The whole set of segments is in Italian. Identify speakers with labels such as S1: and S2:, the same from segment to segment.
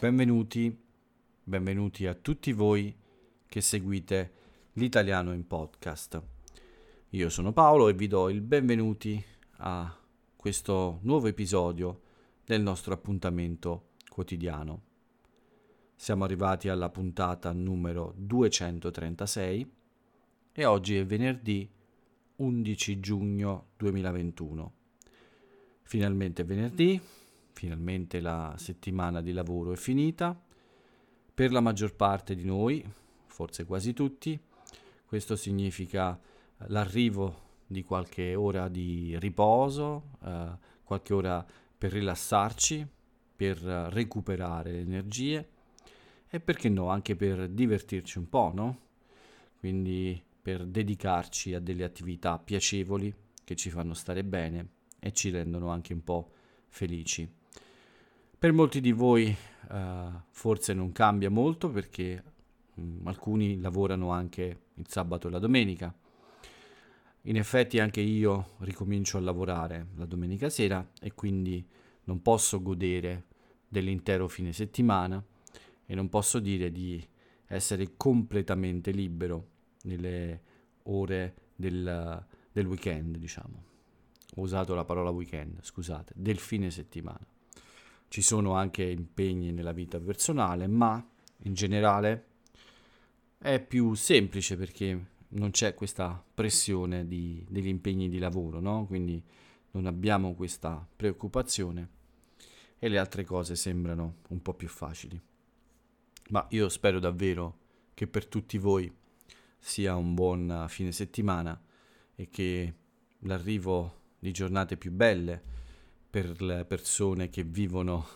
S1: benvenuti a tutti voi che seguite l'italiano in podcast. Io sono Paolo e vi do il benvenuti a questo nuovo episodio del nostro appuntamento quotidiano. Siamo arrivati alla puntata numero 236 e oggi è venerdì 11 giugno 2021. Finalmente è venerdì, finalmente la settimana di lavoro è finita. Per la maggior parte di noi, forse quasi tutti, questo significa l'arrivo di qualche ora di riposo, qualche ora per rilassarci, per recuperare le energie e perché no, anche per divertirci un po', no? Quindi per dedicarci a delle attività piacevoli che ci fanno stare bene e ci rendono anche un po' felici. Per molti di voi forse non cambia molto perché alcuni lavorano anche il sabato e la domenica. In effetti anche io ricomincio a lavorare la domenica sera e quindi non posso godere dell'intero fine settimana e non posso dire di essere completamente libero nelle ore del weekend, diciamo. Ho usato la parola weekend, scusate, del fine settimana. Ci sono anche impegni nella vita personale, ma in generale è più semplice perché non c'è questa pressione degli impegni di lavoro, no? Quindi non abbiamo questa preoccupazione e le altre cose sembrano un po' più facili. Ma io spero davvero che per tutti voi sia un buon fine settimana e che l'arrivo di giornate più belle per le persone che vivono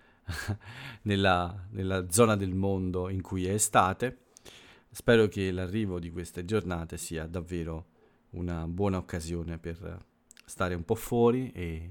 S1: nella zona del mondo in cui è estate. Spero che l'arrivo di queste giornate sia davvero una buona occasione per stare un po' fuori e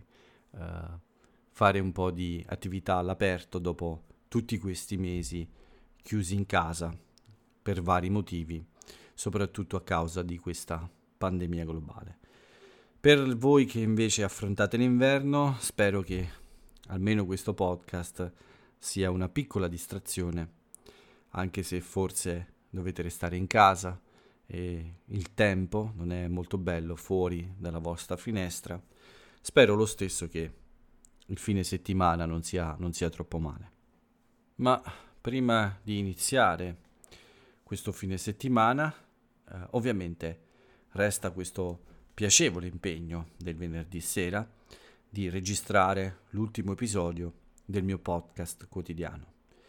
S1: fare un po' di attività all'aperto dopo tutti questi mesi chiusi in casa per vari motivi, soprattutto a causa di questa pandemia globale. Per voi che invece affrontate l'inverno, spero che almeno questo podcast sia una piccola distrazione, anche se forse dovete restare in casa e il tempo non è molto bello fuori dalla vostra finestra. Spero lo stesso che il fine settimana non sia troppo male. Ma prima di iniziare questo fine settimana, ovviamente resta questo piacevole impegno del venerdì sera di registrare l'ultimo episodio del mio podcast quotidiano.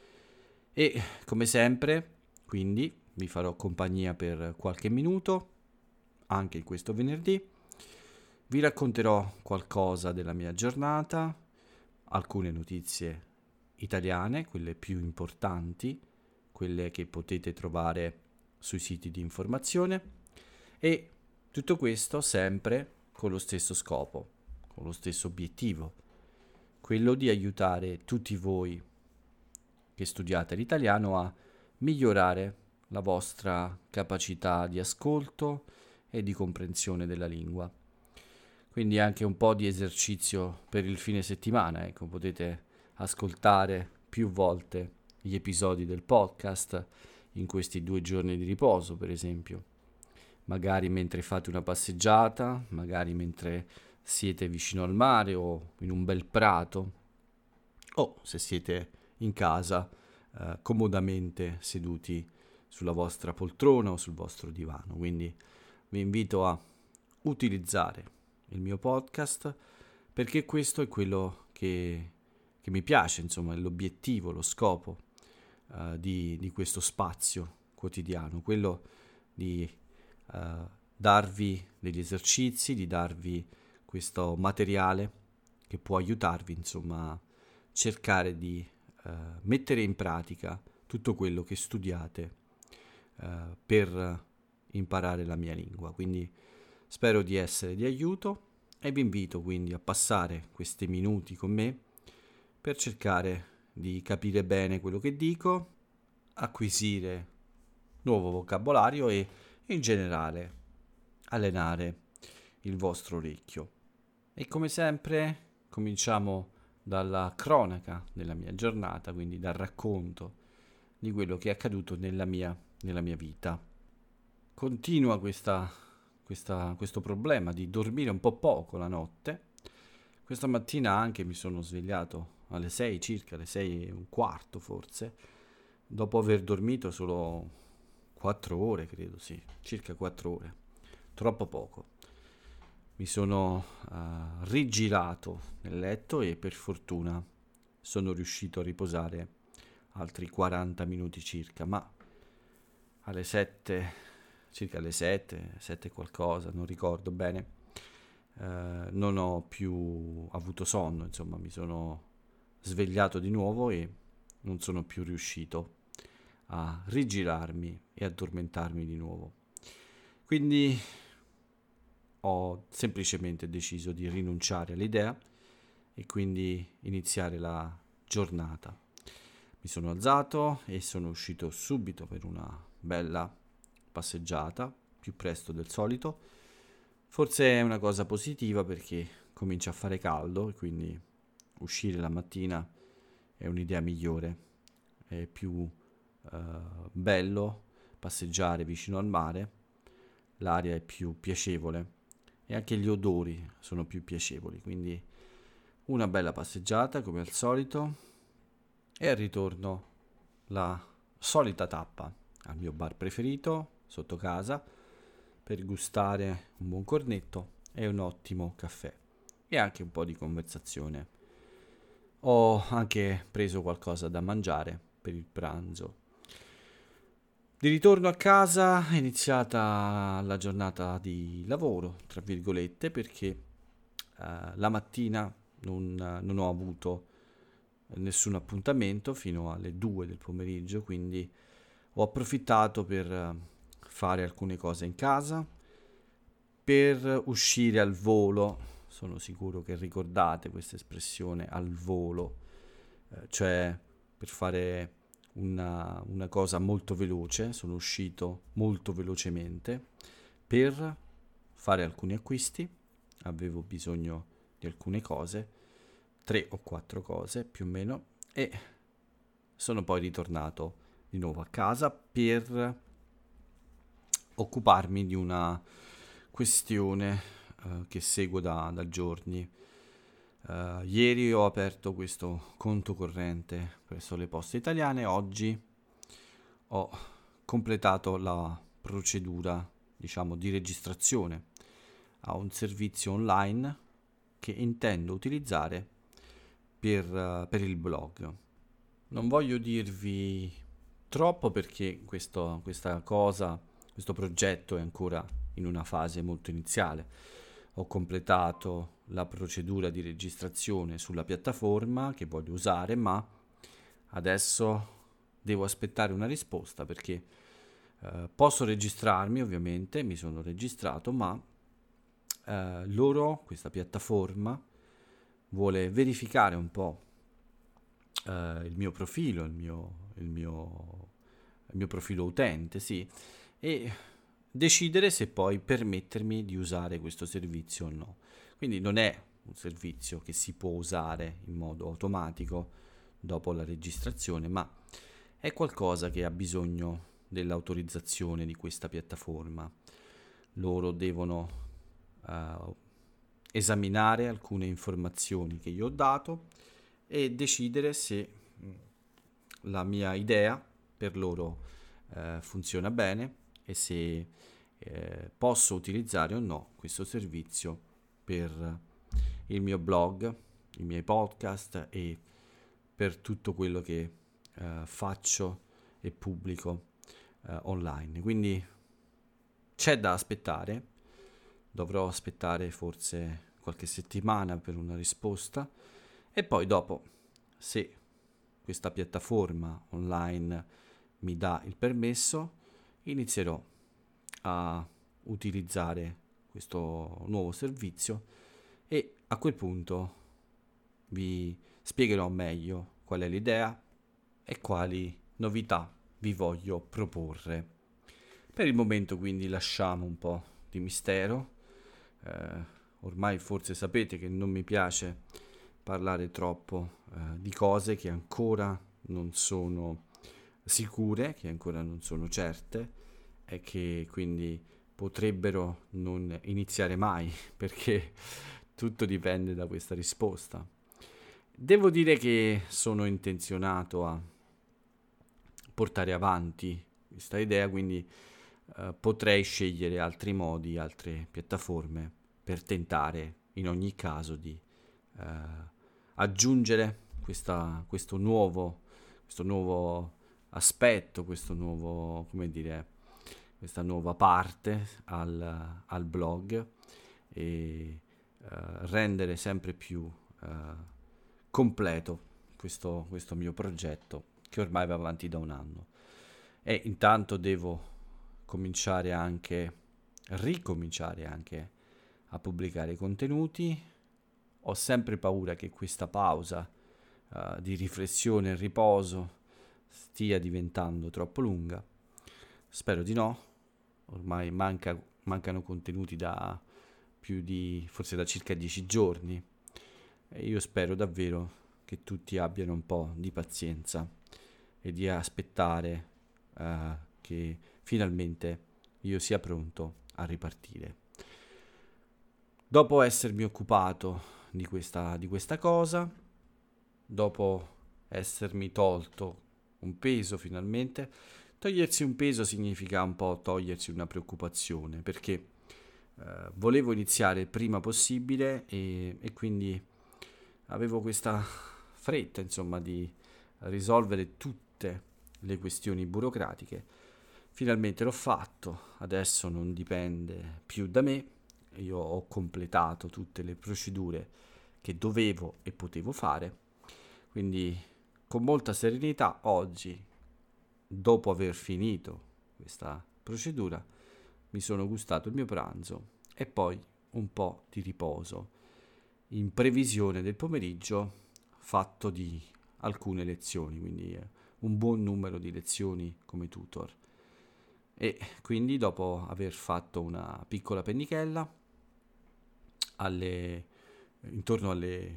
S1: E come sempre, quindi, vi farò compagnia per qualche minuto, anche questo venerdì. Vi racconterò qualcosa della mia giornata, alcune notizie italiane, quelle più importanti, quelle che potete trovare sui siti di informazione e tutto questo sempre con lo stesso scopo, con lo stesso obiettivo, quello di aiutare tutti voi che studiate l'italiano a migliorare la vostra capacità di ascolto e di comprensione della lingua. Quindi anche un po' di esercizio per il fine settimana, ecco, potete ascoltare più volte gli episodi del podcast in questi 2 giorni di riposo, per esempio. Magari mentre fate una passeggiata, magari mentre siete vicino al mare o in un bel prato, o se siete in casa comodamente seduti sulla vostra poltrona o sul vostro divano. Quindi vi invito a utilizzare il mio podcast perché questo è quello che mi piace, insomma, è l'obiettivo, lo scopo di questo spazio quotidiano, quello di darvi degli esercizi, di darvi questo materiale che può aiutarvi, insomma, a cercare di mettere in pratica tutto quello che studiate per imparare la mia lingua. Quindi spero di essere di aiuto e vi invito quindi a passare questi minuti con me per cercare di capire bene quello che dico, acquisire nuovo vocabolario e in generale allenare il vostro orecchio. E come sempre cominciamo dalla cronaca della mia giornata, quindi dal racconto di quello che è accaduto nella mia vita. Continua questo problema di dormire un po' poco la notte. Questa mattina anche mi sono svegliato alle 6 circa, alle 6 e un quarto forse, dopo aver dormito solo 4 ore, credo, sì, circa 4 ore, troppo poco. Mi sono rigirato nel letto e per fortuna sono riuscito a riposare altri 40 minuti circa, ma alle 7, circa alle 7, 7 qualcosa, non ricordo bene, non ho più avuto sonno, insomma mi sono svegliato di nuovo e non sono più riuscito a rigirarmi e addormentarmi di nuovo. Quindi ho semplicemente deciso di rinunciare all'idea e quindi iniziare la giornata. Mi sono alzato e sono uscito subito per una bella passeggiata, più presto del solito. Forse è una cosa positiva perché comincia a fare caldo e quindi uscire la mattina è un'idea migliore, è più bello passeggiare vicino al mare, l'aria è più piacevole e anche gli odori sono più piacevoli, quindi una bella passeggiata come al solito e al ritorno la solita tappa al mio bar preferito sotto casa per gustare un buon cornetto e un ottimo caffè e anche un po' di conversazione. Ho anche preso qualcosa da mangiare per il pranzo. Di ritorno a casa è iniziata la giornata di lavoro, tra virgolette, perché la mattina non ho avuto nessun appuntamento fino alle 2 del pomeriggio, quindi ho approfittato per fare alcune cose in casa, per uscire al volo. Sono sicuro che ricordate questa espressione al volo, cioè per fare una cosa molto veloce. Sono uscito molto velocemente per fare alcuni acquisti, avevo bisogno di alcune cose, 3 o 4 cose più o meno, e sono poi ritornato di nuovo a casa per occuparmi di una questione che seguo da giorni. Ieri ho aperto questo conto corrente presso le Poste Italiane, oggi ho completato la procedura, diciamo, di registrazione a un servizio online che intendo utilizzare per il blog. Non voglio dirvi troppo perché questo progetto è ancora in una fase molto iniziale. Ho completato la procedura di registrazione sulla piattaforma che voglio usare, ma adesso devo aspettare una risposta perché posso registrarmi, ovviamente, mi sono registrato, ma questa piattaforma, vuole verificare un po' il mio profilo, il mio profilo utente, sì, e decidere se poi permettermi di usare questo servizio o no. Quindi non è un servizio che si può usare in modo automatico dopo la registrazione, ma è qualcosa che ha bisogno dell'autorizzazione di questa piattaforma. Loro devono esaminare alcune informazioni che io ho dato e decidere se la mia idea per loro funziona bene e se posso utilizzare o no questo servizio per il mio blog, i miei podcast e per tutto quello che faccio e pubblico online. Quindi c'è da aspettare, dovrò aspettare forse qualche settimana per una risposta e poi dopo, se questa piattaforma online mi dà il permesso, inizierò a utilizzare questo nuovo servizio e a quel punto vi spiegherò meglio qual è l'idea e quali novità vi voglio proporre. Per il momento quindi lasciamo un po' di mistero. Ormai forse sapete che non mi piace parlare troppo di cose che ancora non sono sicure, che ancora non sono certe e che quindi potrebbero non iniziare mai, perché tutto dipende da questa risposta. Devo dire che sono intenzionato a portare avanti questa idea, quindi potrei scegliere altri modi, altre piattaforme per tentare in ogni caso di aggiungere questo nuovo aspetto, questo nuovo, come dire, questa nuova parte al blog e rendere sempre più completo questo mio progetto che ormai va avanti da un anno. E intanto devo ricominciare anche a pubblicare contenuti. Ho sempre paura che questa pausa di riflessione e riposo stia diventando troppo lunga. Spero di no. Ormai mancano contenuti da forse da circa 10 giorni. E io spero davvero che tutti abbiano un po' di pazienza e di aspettare che finalmente io sia pronto a ripartire. Dopo essermi occupato di questa cosa, dopo essermi tolto un peso finalmente, togliersi un peso significa un po' togliersi una preoccupazione, perché volevo iniziare il prima possibile e quindi avevo questa fretta, insomma, di risolvere tutte le questioni burocratiche. Finalmente l'ho fatto, adesso non dipende più da me, io ho completato tutte le procedure che dovevo e potevo fare, quindi con molta serenità oggi, dopo aver finito questa procedura, mi sono gustato il mio pranzo e poi un po' di riposo, in previsione del pomeriggio fatto di alcune lezioni, quindi un buon numero di lezioni come tutor. E quindi dopo aver fatto una piccola pennichella, intorno alle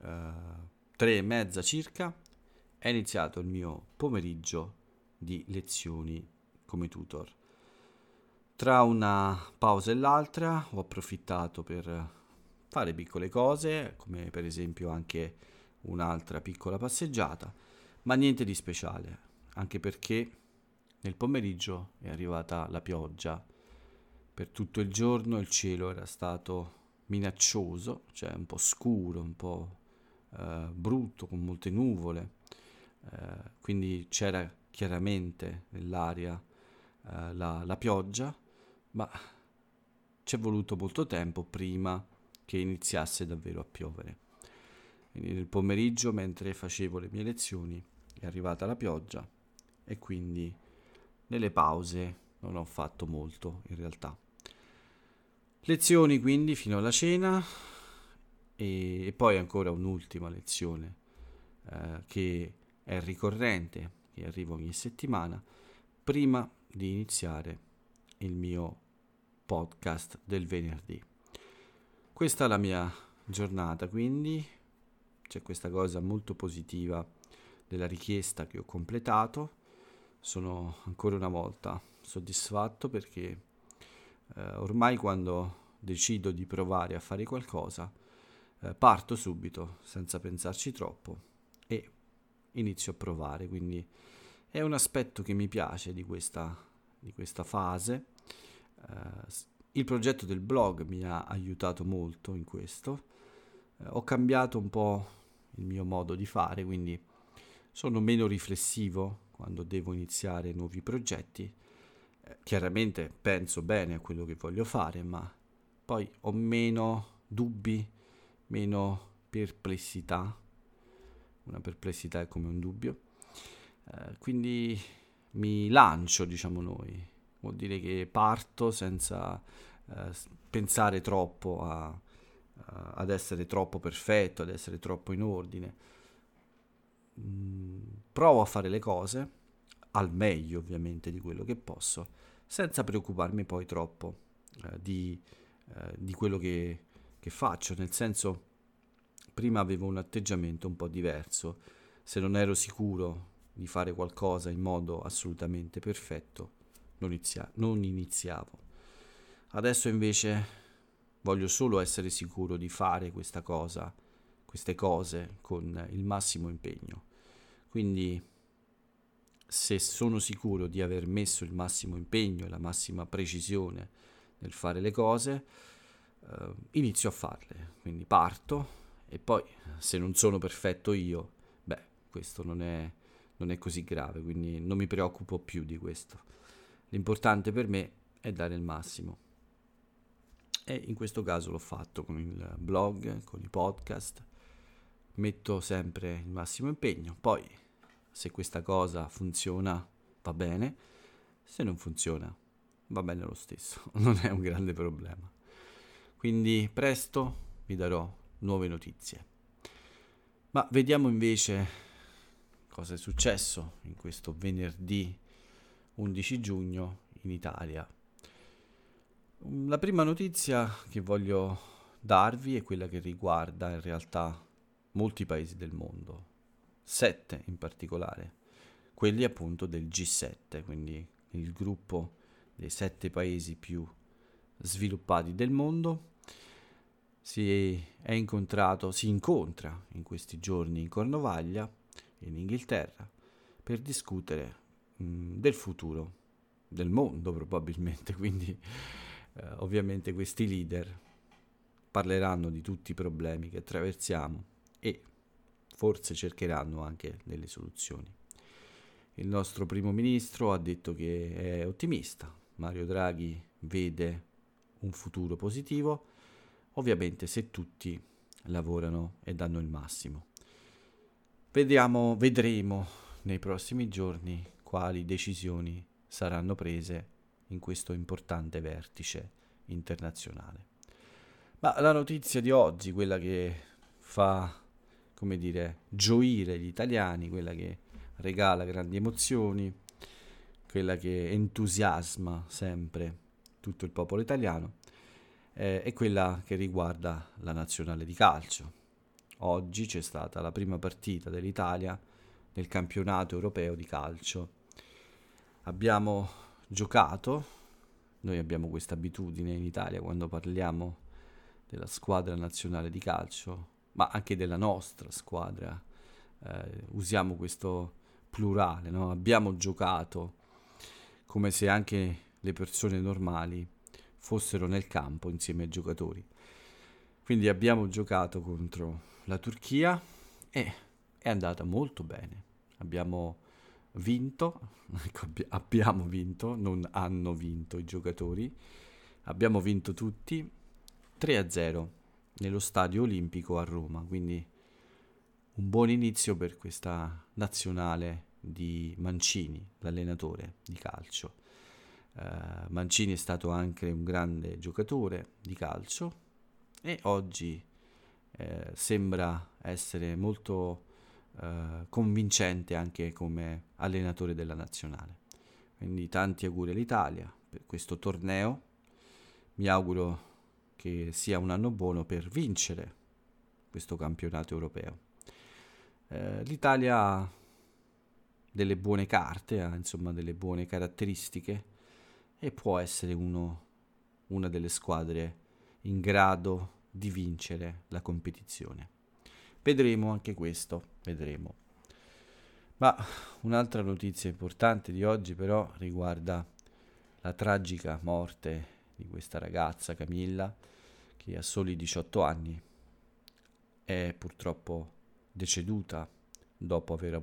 S1: 3:30 circa, è iniziato il mio pomeriggio di lezioni come tutor. Tra una pausa e l'altra ho approfittato per fare piccole cose, come per esempio anche un'altra piccola passeggiata, ma niente di speciale, anche perché nel pomeriggio è arrivata la pioggia. Per tutto il giorno il cielo era stato minaccioso, cioè un po' scuro, un po' brutto, con molte nuvole, quindi c'era chiaramente nell'aria la pioggia, ma ci è voluto molto tempo prima che iniziasse davvero a piovere. Quindi nel pomeriggio, mentre facevo le mie lezioni, è arrivata la pioggia e quindi nelle pause non ho fatto molto in realtà. Lezioni quindi fino alla cena e poi ancora un'ultima lezione che è ricorrente, che arriva ogni settimana, prima di iniziare il mio podcast del venerdì. Questa è la mia giornata, quindi c'è questa cosa molto positiva della richiesta che ho completato. Sono ancora una volta soddisfatto perché ormai quando decido di provare a fare qualcosa parto subito senza pensarci troppo e inizio a provare, quindi è un aspetto che mi piace di questa fase. Il progetto del blog mi ha aiutato molto in questo. Ho cambiato un po' il mio modo di fare, quindi sono meno riflessivo quando devo iniziare nuovi progetti. Chiaramente penso bene a quello che voglio fare, ma poi ho meno dubbi, meno perplessità. Una perplessità è come un dubbio. Quindi mi lancio, diciamo noi. Vuol dire che parto senza pensare troppo ad essere troppo perfetto, ad essere troppo in ordine. Provo a fare le cose al meglio ovviamente di quello che posso, senza preoccuparmi poi troppo di quello che faccio, nel senso prima avevo un atteggiamento un po' diverso. Se non ero sicuro di fare qualcosa in modo assolutamente perfetto, non iniziavo. Adesso invece voglio solo essere sicuro di fare questa cosa, queste cose con il massimo impegno. Quindi se sono sicuro di aver messo il massimo impegno e la massima precisione nel fare le cose, inizio a farle. Quindi parto e poi se non sono perfetto io, questo non è così grave, quindi non mi preoccupo più di questo. L'importante per me è dare il massimo. E in questo caso l'ho fatto con il blog, con i podcast, metto sempre il massimo impegno. Poi se questa cosa funziona va bene, se non funziona va bene lo stesso, non è un grande problema. Quindi presto vi darò nuove notizie. Ma vediamo invece cosa è successo in questo venerdì 11 giugno in Italia. La prima notizia che voglio darvi è quella che riguarda in realtà molti paesi del mondo, 7 in particolare, quelli appunto del G7, quindi il gruppo dei 7 paesi più sviluppati del mondo. Si incontra in questi giorni in Cornovaglia, in Inghilterra, per discutere del futuro del mondo probabilmente, quindi ovviamente questi leader parleranno di tutti i problemi che attraversiamo e forse cercheranno anche delle soluzioni. Il nostro primo ministro ha detto che è ottimista, Mario Draghi vede un futuro positivo, ovviamente se tutti lavorano e danno il massimo. Vedremo nei prossimi giorni quali decisioni saranno prese in questo importante vertice internazionale. Ma la notizia di oggi, quella che fa, come dire, gioire gli italiani, quella che regala grandi emozioni, quella che entusiasma sempre tutto il popolo italiano, è quella che riguarda la nazionale di calcio. Oggi c'è stata la prima partita dell'Italia nel campionato europeo di calcio. Abbiamo giocato, noi abbiamo questa abitudine in Italia quando parliamo della squadra nazionale di calcio, ma anche della nostra squadra, usiamo questo plurale, no? Abbiamo giocato, come se anche le persone normali fossero nel campo insieme ai giocatori. Quindi abbiamo giocato contro la Turchia e è andata molto bene. Abbiamo vinto, abbiamo vinto, non hanno vinto i giocatori, abbiamo vinto tutti 3-0 nello Stadio Olimpico a Roma, quindi un buon inizio per questa nazionale di Mancini, l'allenatore di calcio. Mancini è stato anche un grande giocatore di calcio e oggi sembra essere molto convincente anche come allenatore della nazionale. Quindi tanti auguri all'Italia per questo torneo, mi auguro che sia un anno buono per vincere questo campionato europeo. L'Italia ha delle buone carte, ha insomma delle buone caratteristiche e può essere una delle squadre in grado di vincere la competizione. Vedremo anche questo, vedremo. Ma un'altra notizia importante di oggi però riguarda la tragica morte di questa ragazza Camilla che a soli 18 anni è purtroppo deceduta dopo aver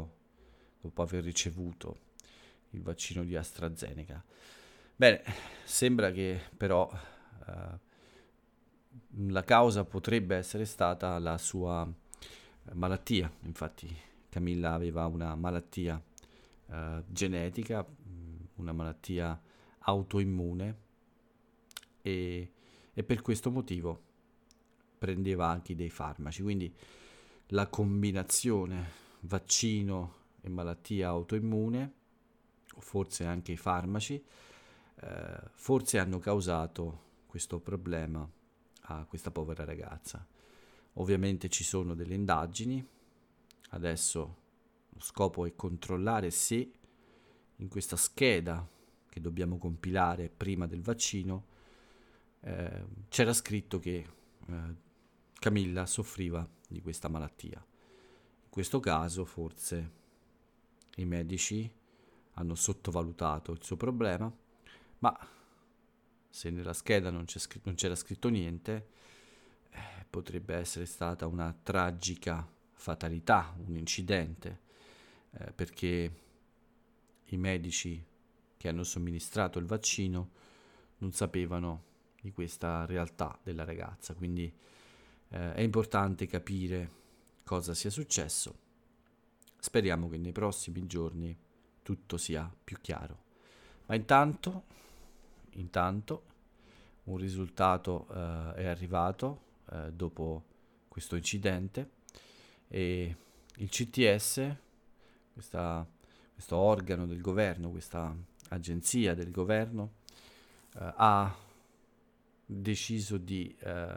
S1: ricevuto il vaccino di AstraZeneca. Bene, sembra che però la causa potrebbe essere stata la sua malattia. Infatti Camilla aveva una malattia genetica, una malattia autoimmune e per questo motivo prendeva anche dei farmaci, quindi la combinazione vaccino e malattia autoimmune, o forse anche i farmaci, forse hanno causato questo problema a questa povera ragazza. Ovviamente ci sono delle indagini, adesso lo scopo è controllare se in questa scheda che dobbiamo compilare prima del vaccino c'era scritto che Camilla soffriva di questa malattia. In questo caso forse i medici hanno sottovalutato il suo problema, ma se nella scheda non c'era scritto niente, potrebbe essere stata una tragica fatalità, un incidente, perché i medici che hanno somministrato il vaccino non sapevano di questa realtà della ragazza, quindi è importante capire cosa sia successo. Speriamo che nei prossimi giorni tutto sia più chiaro. Ma intanto un risultato è arrivato dopo questo incidente e il CTS, questo organo del governo, questa agenzia del governo, ha deciso di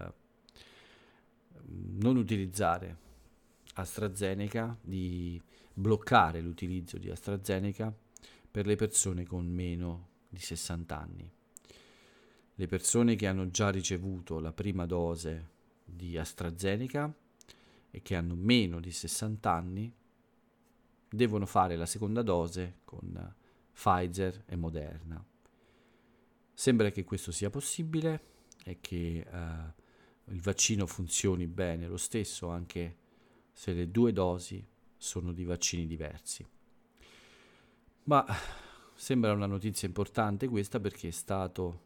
S1: non utilizzare AstraZeneca, di bloccare l'utilizzo di AstraZeneca per le persone con meno di 60 anni. Le persone che hanno già ricevuto la prima dose di AstraZeneca e che hanno meno di 60 anni devono fare la seconda dose con Pfizer e Moderna. Sembra che questo sia possibile e che il vaccino funzioni bene lo stesso, anche se le due dosi sono di vaccini diversi. Ma sembra una notizia importante questa, perché è stato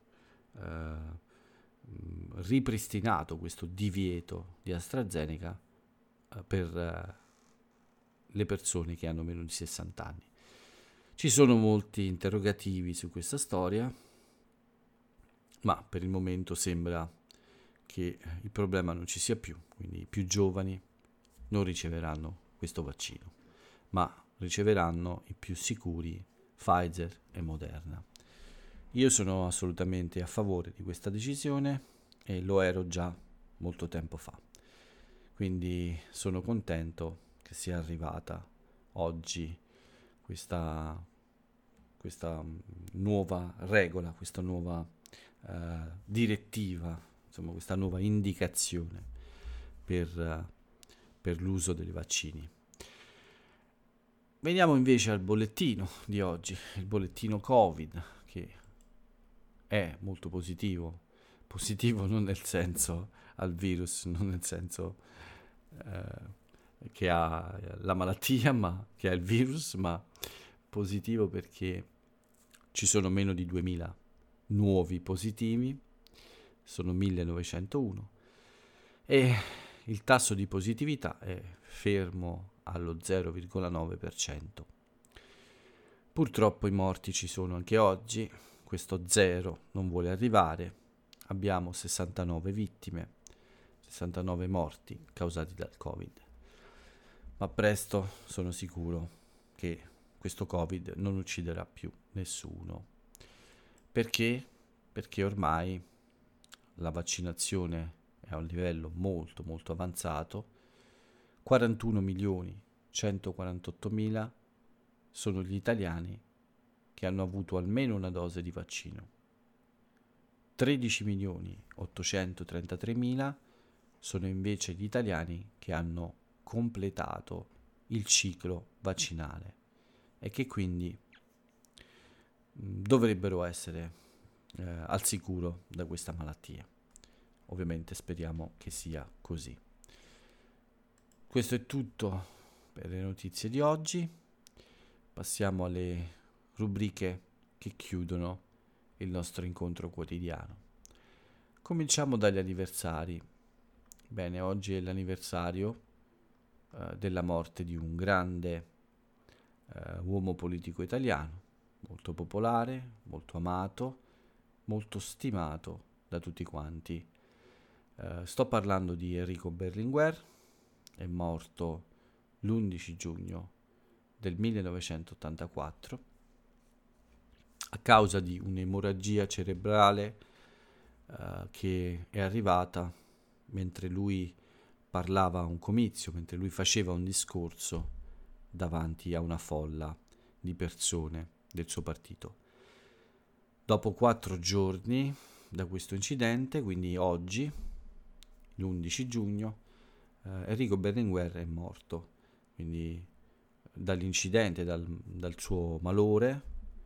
S1: ripristinato questo divieto di AstraZeneca per le persone che hanno meno di 60 anni. Ci sono molti interrogativi su questa storia, ma per il momento sembra che il problema non ci sia più, quindi i più giovani non riceveranno questo vaccino, ma riceveranno i più sicuri Pfizer e Moderna. Io sono assolutamente a favore di questa decisione e lo ero già molto tempo fa, quindi sono contento che sia arrivata oggi questa nuova regola, questa nuova direttiva, insomma questa nuova indicazione per l'uso dei vaccini. Veniamo invece al bollettino di oggi, il bollettino Covid, che è molto positivo non nel senso al virus, non nel senso che ha la malattia, ma che ha il virus, ma positivo perché ci sono meno di 2000 nuovi positivi, sono 1901 e il tasso di positività è fermo allo 0,9%. Purtroppo i morti ci sono anche oggi, questo zero non vuole arrivare, abbiamo 69 vittime, 69 morti causati dal Covid, ma presto sono sicuro che questo Covid non ucciderà più nessuno. Perché? Perché ormai la vaccinazione è a un livello molto molto avanzato, 41.148.000 sono gli italiani che hanno avuto almeno una dose di vaccino, 13.833.000 sono invece gli italiani che hanno completato il ciclo vaccinale e che quindi dovrebbero essere al sicuro da questa malattia. Ovviamente speriamo che sia così. Questo è tutto per le notizie di oggi. Passiamo alle rubriche che chiudono il nostro incontro quotidiano. Cominciamo dagli anniversari. Bene, oggi è l'anniversario della morte di un grande uomo politico italiano, molto popolare, molto amato, molto stimato da tutti quanti. Sto parlando di Enrico Berlinguer, è morto l'11 giugno del 1984 a causa di un'emorragia cerebrale che è arrivata mentre lui parlava a un comizio, mentre lui faceva un discorso davanti a una folla di persone del suo partito. Dopo 4 giorni da questo incidente, quindi oggi, l'11 giugno, Enrico Berlinguer è morto. Quindi dall'incidente, dal suo malore,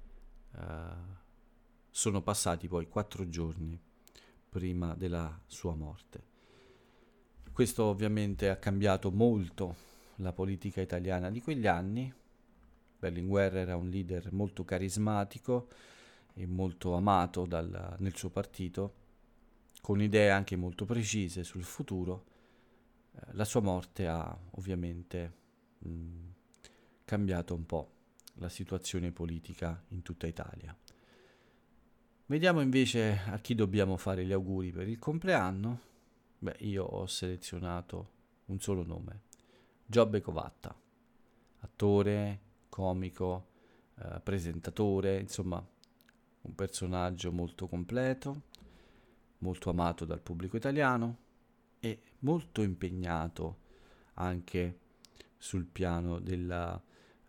S1: sono passati poi 4 giorni prima della sua morte. Questo ovviamente ha cambiato molto la politica italiana di quegli anni. Berlinguer era un leader molto carismatico e molto amato nel suo partito, con idee anche molto precise sul futuro. La sua morte ha ovviamente cambiato un po' la situazione politica in tutta Italia. Vediamo invece a chi dobbiamo fare gli auguri per il compleanno. Beh, io ho selezionato un solo nome: Giobbe Covatta, attore, comico, presentatore, insomma un personaggio molto completo, molto amato dal pubblico italiano e molto impegnato anche sul piano della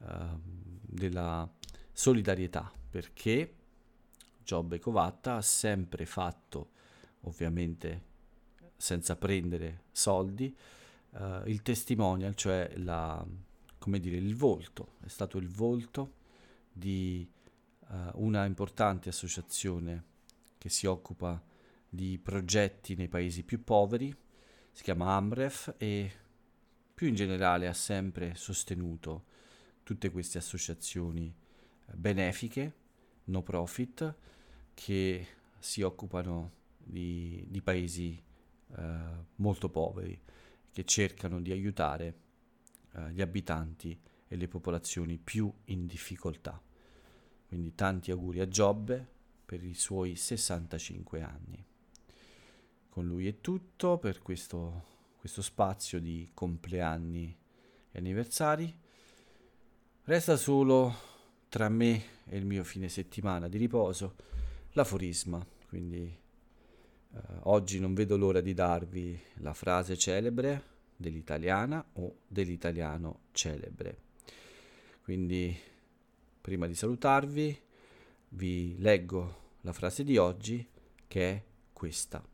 S1: solidarietà, perché Giobbe Covatta ha sempre fatto, ovviamente senza prendere soldi, il testimonial, cioè il volto. È stato il volto di una importante associazione che si occupa di progetti nei paesi più poveri, si chiama Amref, e più in generale ha sempre sostenuto tutte queste associazioni benefiche, no profit, che si occupano di paesi molto poveri, che cercano di aiutare gli abitanti e le popolazioni più in difficoltà. Quindi tanti auguri a Giobbe per i suoi 65 anni. Con lui è tutto per questo spazio di compleanni e anniversari. Resta solo tra me e il mio fine settimana di riposo l'aforisma, quindi oggi non vedo l'ora di darvi la frase celebre dell'italiana o dell'italiano celebre. Quindi prima di salutarvi vi leggo la frase di oggi, che è questa: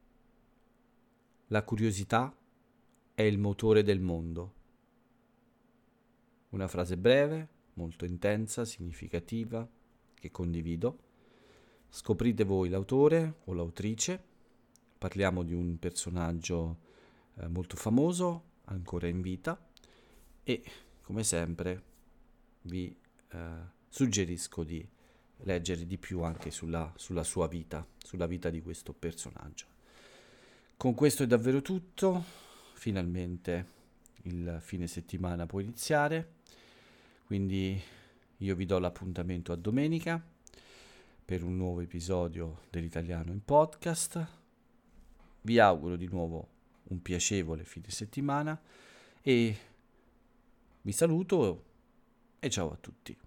S1: la curiosità è il motore del mondo. Una frase breve, molto intensa, significativa, che condivido. Scoprite voi l'autore o l'autrice. Parliamo di un personaggio molto famoso, ancora in vita, e come sempre vi suggerisco di leggere di più anche sulla sua vita, sulla vita di questo personaggio. Con questo è davvero tutto. Finalmente il fine settimana può iniziare, quindi io vi do l'appuntamento a domenica per un nuovo episodio dell'Italiano in Podcast. Vi auguro di nuovo un piacevole fine settimana e vi saluto e ciao a tutti.